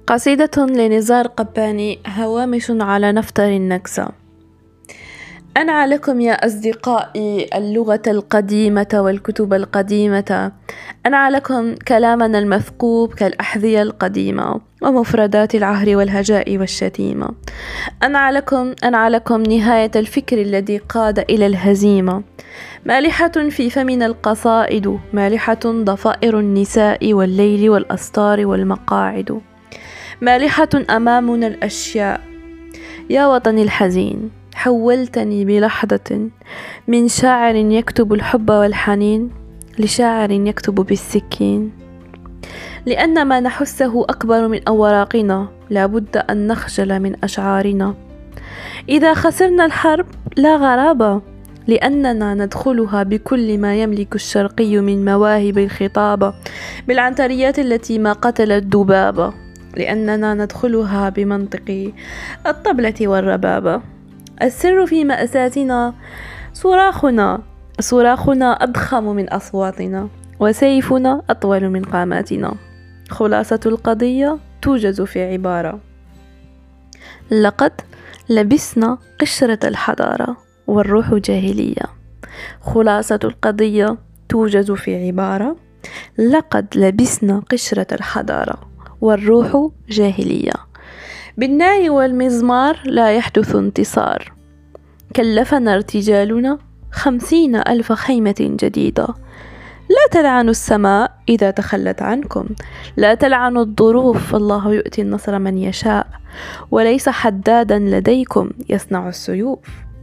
قصيدة لنزار قباني، هوامش على نفتر النكسة. أنعى لكم يا أصدقائي اللغة القديمة والكتب القديمة، أنعى لكم كلامنا المثقوب كالأحذية القديمة ومفردات العهر والهجاء والشتيمة. أنعى لكم نهاية الفكر الذي قاد إلى الهزيمة. مالحة في فمنا القصائد، مالحة ضفائر النساء والليل والأستار والمقاعد، مالحة أمامنا الأشياء. يا وطني الحزين، حولتني بلحظة من شاعر يكتب الحب والحنين لشاعر يكتب بالسكين، لأن ما نحسه أكبر من أوراقنا، لابد أن نخجل من أشعارنا. إذا خسرنا الحرب لا غرابة، لأننا ندخلها بكل ما يملك الشرقي من مواهب الخطابة، بالعنتريات التي ما قتلت ذبابة، لأننا ندخلها بمنطق الطبلة والربابة. السر في مأساتنا صراخنا أضخم من أصواتنا، وسيفنا أطول من قاماتنا. خلاصة القضية توجد في عبارة: لقد لبسنا قشرة الحضارة والروح جاهلية. خلاصة القضية توجد في عبارة: لقد لبسنا قشرة الحضارة والروح جاهلية. بالناي والمزمار لا يحدث انتصار، كلفنا ارتجالنا 50,000 خيمة جديدة. لا تلعنوا السماء إذا تخلت عنكم، لا تلعنوا الظروف، فالله يؤتي النصر من يشاء، وليس حدادا لديكم يصنع السيوف.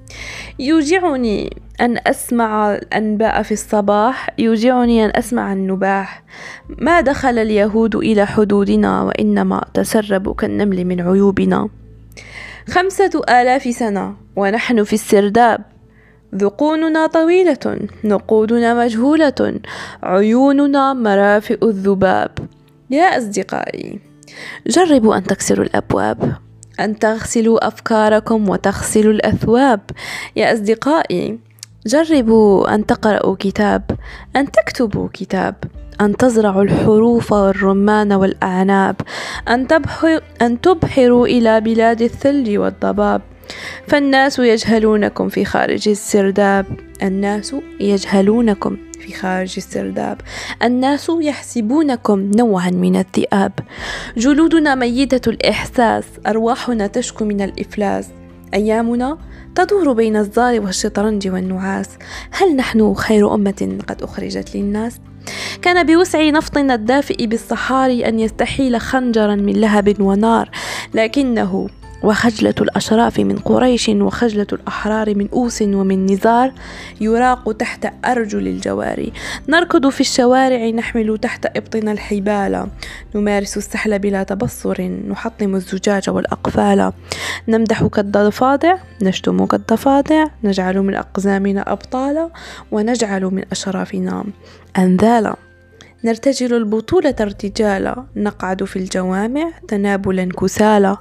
يوجعني أن أسمع الأنباء في الصباح، يوجعني أن أسمع النباح. ما دخل اليهود إلى حدودنا، وإنما تسربوا كالنمل من عيوبنا. 5,000 سنة ونحن في السرداب، ذقوننا طويلة، نقودنا مجهولة، عيوننا مرافئ الذباب. يا أصدقائي، جربوا أن تكسروا الأبواب، أن تغسلوا أفكاركم وتغسلوا الأثواب. يا أصدقائي، جربوا أن تقرأوا كتاب، أن تكتبوا كتاب، أن تزرعوا الحروف والرمان والأعناب، أن تبحروا إلى بلاد الثلج والضباب. فالناس يجهلونكم في خارج السرداب، الناس يجهلونكم في خارج السرداب، الناس يحسبونكم نوعا من الذئاب. جلودنا ميتة الإحساس، أرواحنا تشكو من الإفلاس، أيامنا تدور بين الزار والشطرنج والنعاس. هل نحن خير أمة قد أخرجت للناس؟ كان بوسع نفطنا الدافئ بالصحاري أن يستحيل خنجرا من لهب ونار، لكنه وخجلة الأشراف من قريش وخجلة الأحرار من أوس ومن نزار يراق تحت أرجل الجواري. نركض في الشوارع، نحمل تحت إبطنا الحبال، نمارس السحل بلا تبصر، نحطم الزجاج والأقفال. نمدح كالضفادع، نشتم كالضفادع، نجعل من أقزامنا أبطالا، ونجعل من أشرافنا أنذالا. نرتجل البطولة ارتجالا، نقعد في الجوامع تنابلا كسالا.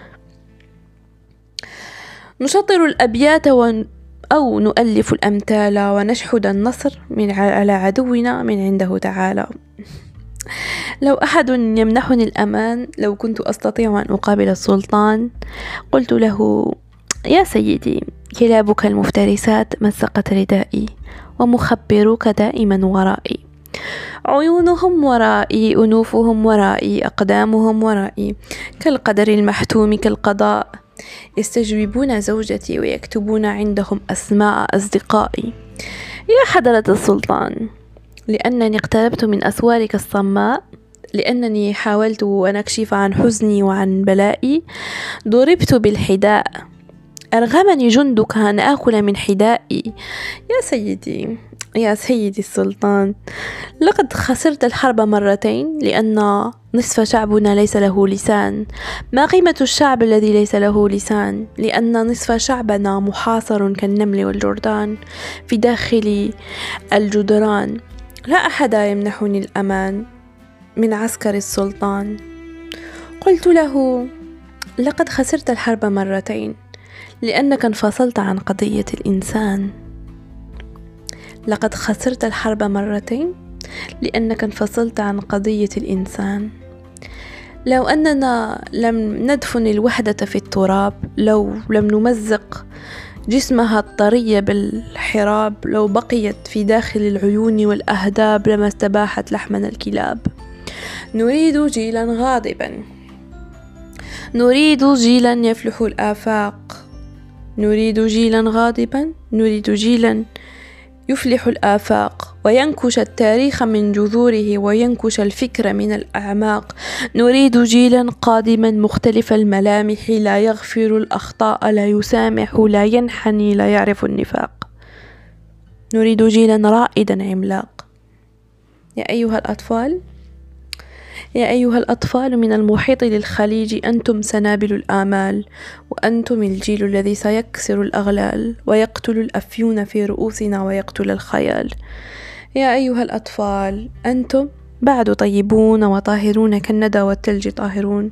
نشطر الأبيات أو نؤلف الأمثال، ونشحد النصر على عدونا من عنده تعالى. لو أحد يمنحني الأمان، لو كنت أستطيع أن أقابل السلطان، قلت له: يا سيدي، كلابك المفترسات مزقت ردائي، ومخبروك دائما ورائي. عيونهم ورائي، أنوفهم ورائي، أقدامهم ورائي، كالقدر المحتوم كالقضاء. يستجوبون زوجتي ويكتبون عندهم أسماء أصدقائي. يا حضرة السلطان، لأنني اقتربت من أسوارك الصماء، لأنني حاولت أن أكشف عن حزني وعن بلائي، ضربت بالحداء، أرغمني جندك أن آكل من حدائي. يا سيدي، يا سيدي السلطان، لقد خسرت الحرب مرتين، لأن نصف شعبنا ليس له لسان. ما قيمة الشعب الذي ليس له لسان؟ لأن نصف شعبنا محاصر كالنمل والجرذان في داخل الجدران. لا أحد يمنحني الأمان من عسكر السلطان. قلت له: لقد خسرت الحرب مرتين، لأنك انفصلت عن قضية الإنسان. لقد خسرت الحرب مرتين، لأنك انفصلت عن قضية الإنسان. لو أننا لم ندفن الوحدة في التراب، لو لم نمزق جسمها الطري بالحراب، لو بقيت في داخل العيون والأهداب لما استباحت لحمنا الكلاب. نريد جيلا غاضبا، نريد جيلا يفلح الآفاق، نريد جيلا غاضبا، نريد جيلا يفلح الآفاق وينكش التاريخ من جذوره وينكش الفكر من الأعماق. نريد جيلا قادما مختلف الملامح، لا يغفر الأخطاء، لا يسامح، لا ينحني، لا يعرف النفاق. نريد جيلا رائدا عملاق. يا أيها الأطفال، يا أيها الأطفال من المحيط للخليج، أنتم سنابل الآمال، وأنتم الجيل الذي سيكسر الأغلال ويقتل الأفيون في رؤوسنا ويقتل الخيال. يا أيها الأطفال، أنتم بعد طيبون وطاهرون كالندى والثلج طاهرون.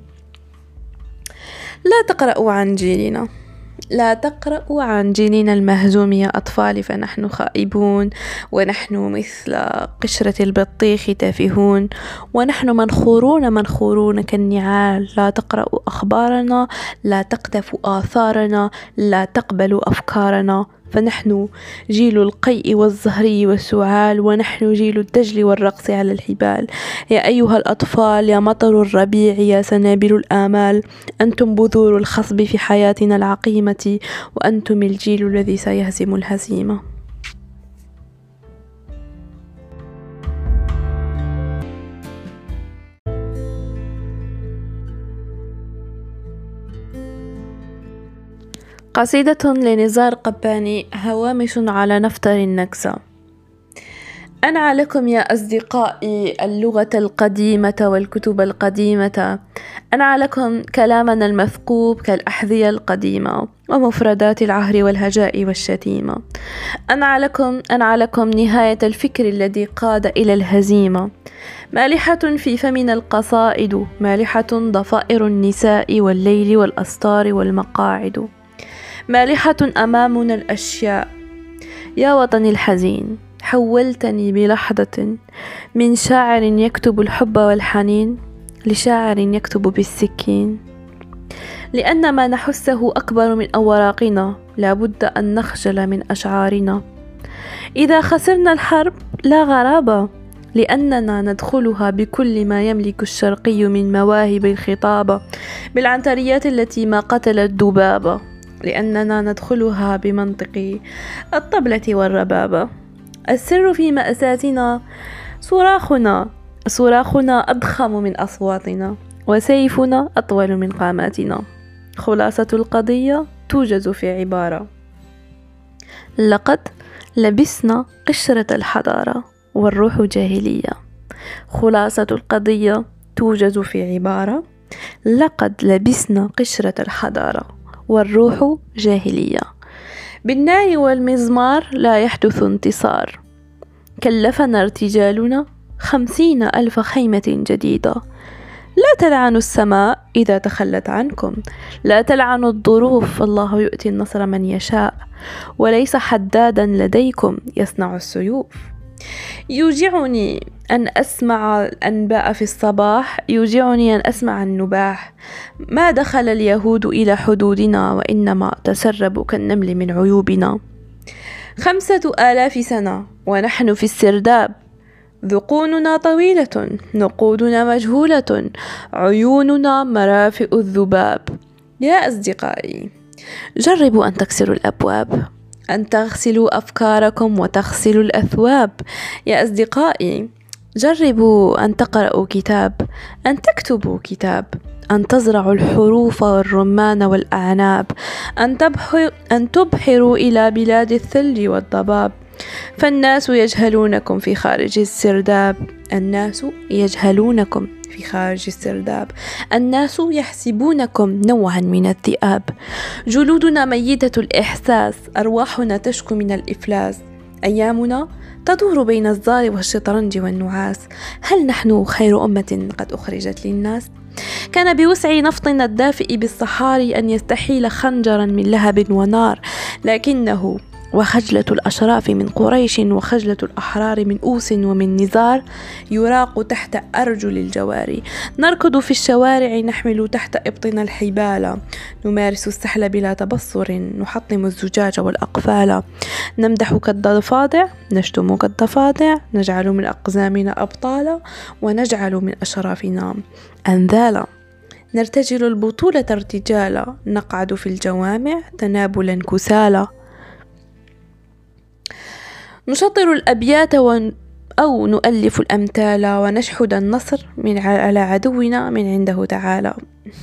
لا تقرأوا عن جيلنا، لا تقرأوا عن جيلنا المهزوم يا أطفال، فنحن خائبون، ونحن مثل قشرة البطيخ تافهون، ونحن منخورون كالنعال. لا تقرأوا أخبارنا، لا تقتفوا آثارنا، لا تقبلوا أفكارنا، فنحن جيل القيء والزهري والسعال، ونحن جيل الدجل والرقص على الحبال. يا أيها الأطفال، يا مطر الربيع، يا سنابل الآمال، أنتم بذور الخصب في حياتنا العقيمة، وأنتم الجيل الذي سيهزم الهزيمة. قصيدة لنزار قباني، هوامش على نفتر النكسة. أنعى لكم يا أصدقائي اللغة القديمة والكتب القديمة، أنعى لكم كلامنا المثقوب كالأحذية القديمة ومفردات العهر والهجاء والشتيمة. أنعى لكم نهاية الفكر الذي قاد إلى الهزيمة. مالحة في فمنا القصائد، مالحة ضفائر النساء والليل والأسطار والمقاعد، مالحة أمامنا الأشياء. يا وطني الحزين، حولتني بلحظة من شاعر يكتب الحب والحنين لشاعر يكتب بالسكين، لأن ما نحسه أكبر من أوراقنا، لابد أن نخجل من أشعارنا. إذا خسرنا الحرب لا غرابة، لأننا ندخلها بكل ما يملك الشرقي من مواهب الخطابة، بالعنتريات التي ما قتلت ذبابة، لأننا ندخلها بمنطق الطبلة والربابة. السر في مأساتنا صراخنا أضخم من أصواتنا، وسيفنا أطول من قاماتنا. خلاصة القضية توجد في عبارة: لقد لبسنا قشرة الحضارة والروح جاهلية. خلاصة القضية توجد في عبارة: لقد لبسنا قشرة الحضارة والروح جاهلية. بالناي والمزمار لا يحدث انتصار، كلفنا ارتجالنا 50,000 خيمة جديدة. لا تلعنوا السماء إذا تخلت عنكم، لا تلعنوا الظروف، فالله يؤتي النصر من يشاء، وليس حدادا لديكم يصنع السيوف. يوجعني أن أسمع الأنباء في الصباح، يوجعني أن أسمع النباح. ما دخل اليهود إلى حدودنا، وإنما تسربوا كالنمل من عيوبنا. 5,000 سنة ونحن في السرداب، ذقوننا طويلة، نقودنا مجهولة، عيوننا مرافئ الذباب. يا أصدقائي، جربوا أن تكسروا الأبواب، أن تغسلوا أفكاركم وتغسلوا الأثواب. يا أصدقائي، جربوا أن تقرأوا كتاب، أن تكتبوا كتاب، أن تزرعوا الحروف والرمان والأعناب، أن تبحروا إلى بلاد الثلج والضباب. فالناس يجهلونكم في خارج السرداب، الناس يجهلونكم في خارج السرداب، الناس يحسبونكم نوعا من الذئاب. جلودنا ميتة الإحساس، أرواحنا تشكو من الإفلاس، أيامنا تدور بين الزار والشطرنج والنعاس. هل نحن خير أمة قد أخرجت للناس؟ كان بوسع نفطنا الدافئ بالصحاري أن يستحيل خنجرا من لهب ونار، لكنه وخجلة الأشراف من قريش وخجلة الأحرار من أوس ومن نزار يراق تحت أرجل الجواري. نركض في الشوارع نحمل تحت إبطنا الحبال، نمارس السحل بلا تبصر، نحطم الزجاج والأقفال، نمدح كالضفادع نشتم كالضفادع، نجعل من أقزامنا أبطالا ونجعل من أشرافنا أنذالا، نرتجل البطولة ارتجالا، نقعد في الجوامع تنابلا كسالا، نشطر الأبيات أو نؤلف الأمثال، ونشحد النصر على عدونا من عنده تعالى.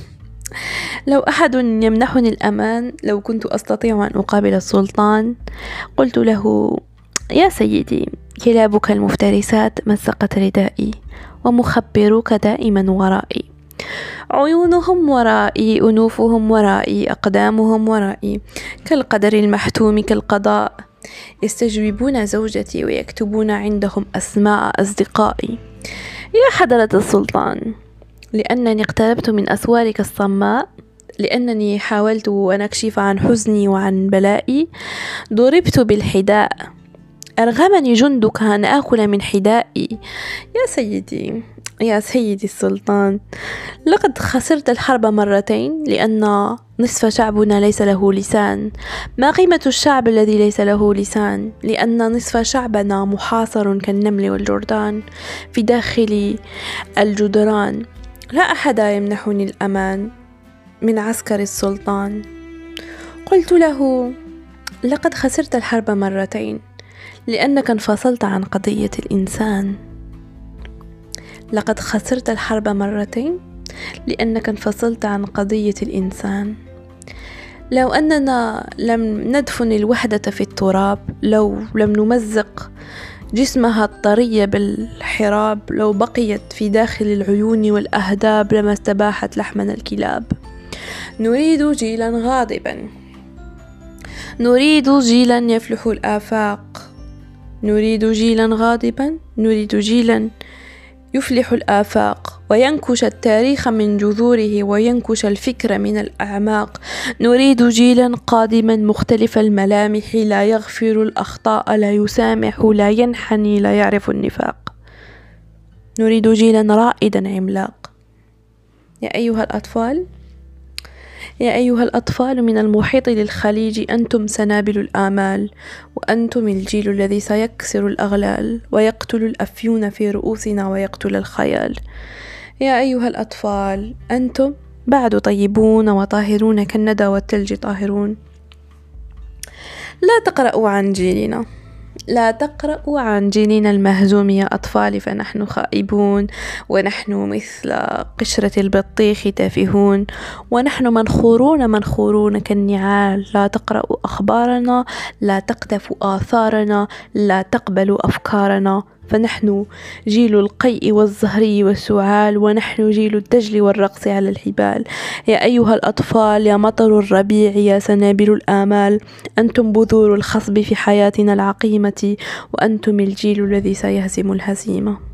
لو أحد يمنحني الأمان، لو كنت أستطيع أن أقابل السلطان، قلت له: يا سيدي، كلابك المفترسات مزقت ردائي، ومخبروك دائما ورائي، عيونهم ورائي، أنوفهم ورائي، أقدامهم ورائي، كالقدر المحتوم كالقضاء، يستجوبون زوجتي ويكتبون عندهم أسماء أصدقائي. يا حضرة السلطان، لأنني اقتربت من أسوارك الصماء، لأنني حاولت أن أكشف عن حزني وعن بلائي، ضربت بالحداء، أرغمني جندك أن آكل من حدائي. يا سيدي، يا سيدي السلطان، لقد خسرت الحرب مرتين لأن نصف شعبنا ليس له لسان. ما قيمة الشعب الذي ليس له لسان؟ لأن نصف شعبنا محاصر كالنمل والجرذان في داخل الجدران. لا أحد يمنحني الأمان من عسكر السلطان. قلت له: لقد خسرت الحرب مرتين لأنك انفصلت عن قضية الإنسان. لقد خسرت الحرب مرتين لأنك انفصلت عن قضية الإنسان. لو أننا لم ندفن الوحدة في التراب، لو لم نمزق جسمها الطري بالحراب، لو بقيت في داخل العيون والأهداب لما استباحت لحمنا الكلاب. نريد جيلا غاضبا، نريد جيلا يفلح الآفاق، نريد جيلا غاضبا، نريد جيلا يفلح الآفاق، وينكش التاريخ من جذوره، وينكش الفكر من الأعماق. نريد جيلا قادما مختلف الملامح، لا يغفر الأخطاء، لا يسامح، لا ينحني، لا يعرف النفاق. نريد جيلا رائدا عملاق. يا أيها الأطفال، يا أيها الأطفال من المحيط للخليج، أنتم سنابل الآمال، وأنتم الجيل الذي سيكسر الأغلال، ويقتل الأفيون في رؤوسنا، ويقتل الخيال. يا أيها الأطفال، أنتم بعد طيبون وطاهرون كالندى والثلج طاهرون. لا تقرأوا عن جيلنا، لا تقرأوا عن جيلنا المهزوم يا أطفال، فنحن خائبون، ونحن مثل قشرة البطيخ تافهون، ونحن منخورون منخورون كالنعال. لا تقرأوا أخبارنا، لا تقتفوا آثارنا، لا تقبلوا أفكارنا، فنحن جيل القيء والزهري والسعال، ونحن جيل الدجل والرقص على الحبال. يا أيها الأطفال، يا مطر الربيع، يا سنابل الآمال، أنتم بذور الخصب في حياتنا العقيمة، وأنتم الجيل الذي سيهزم الهزيمة.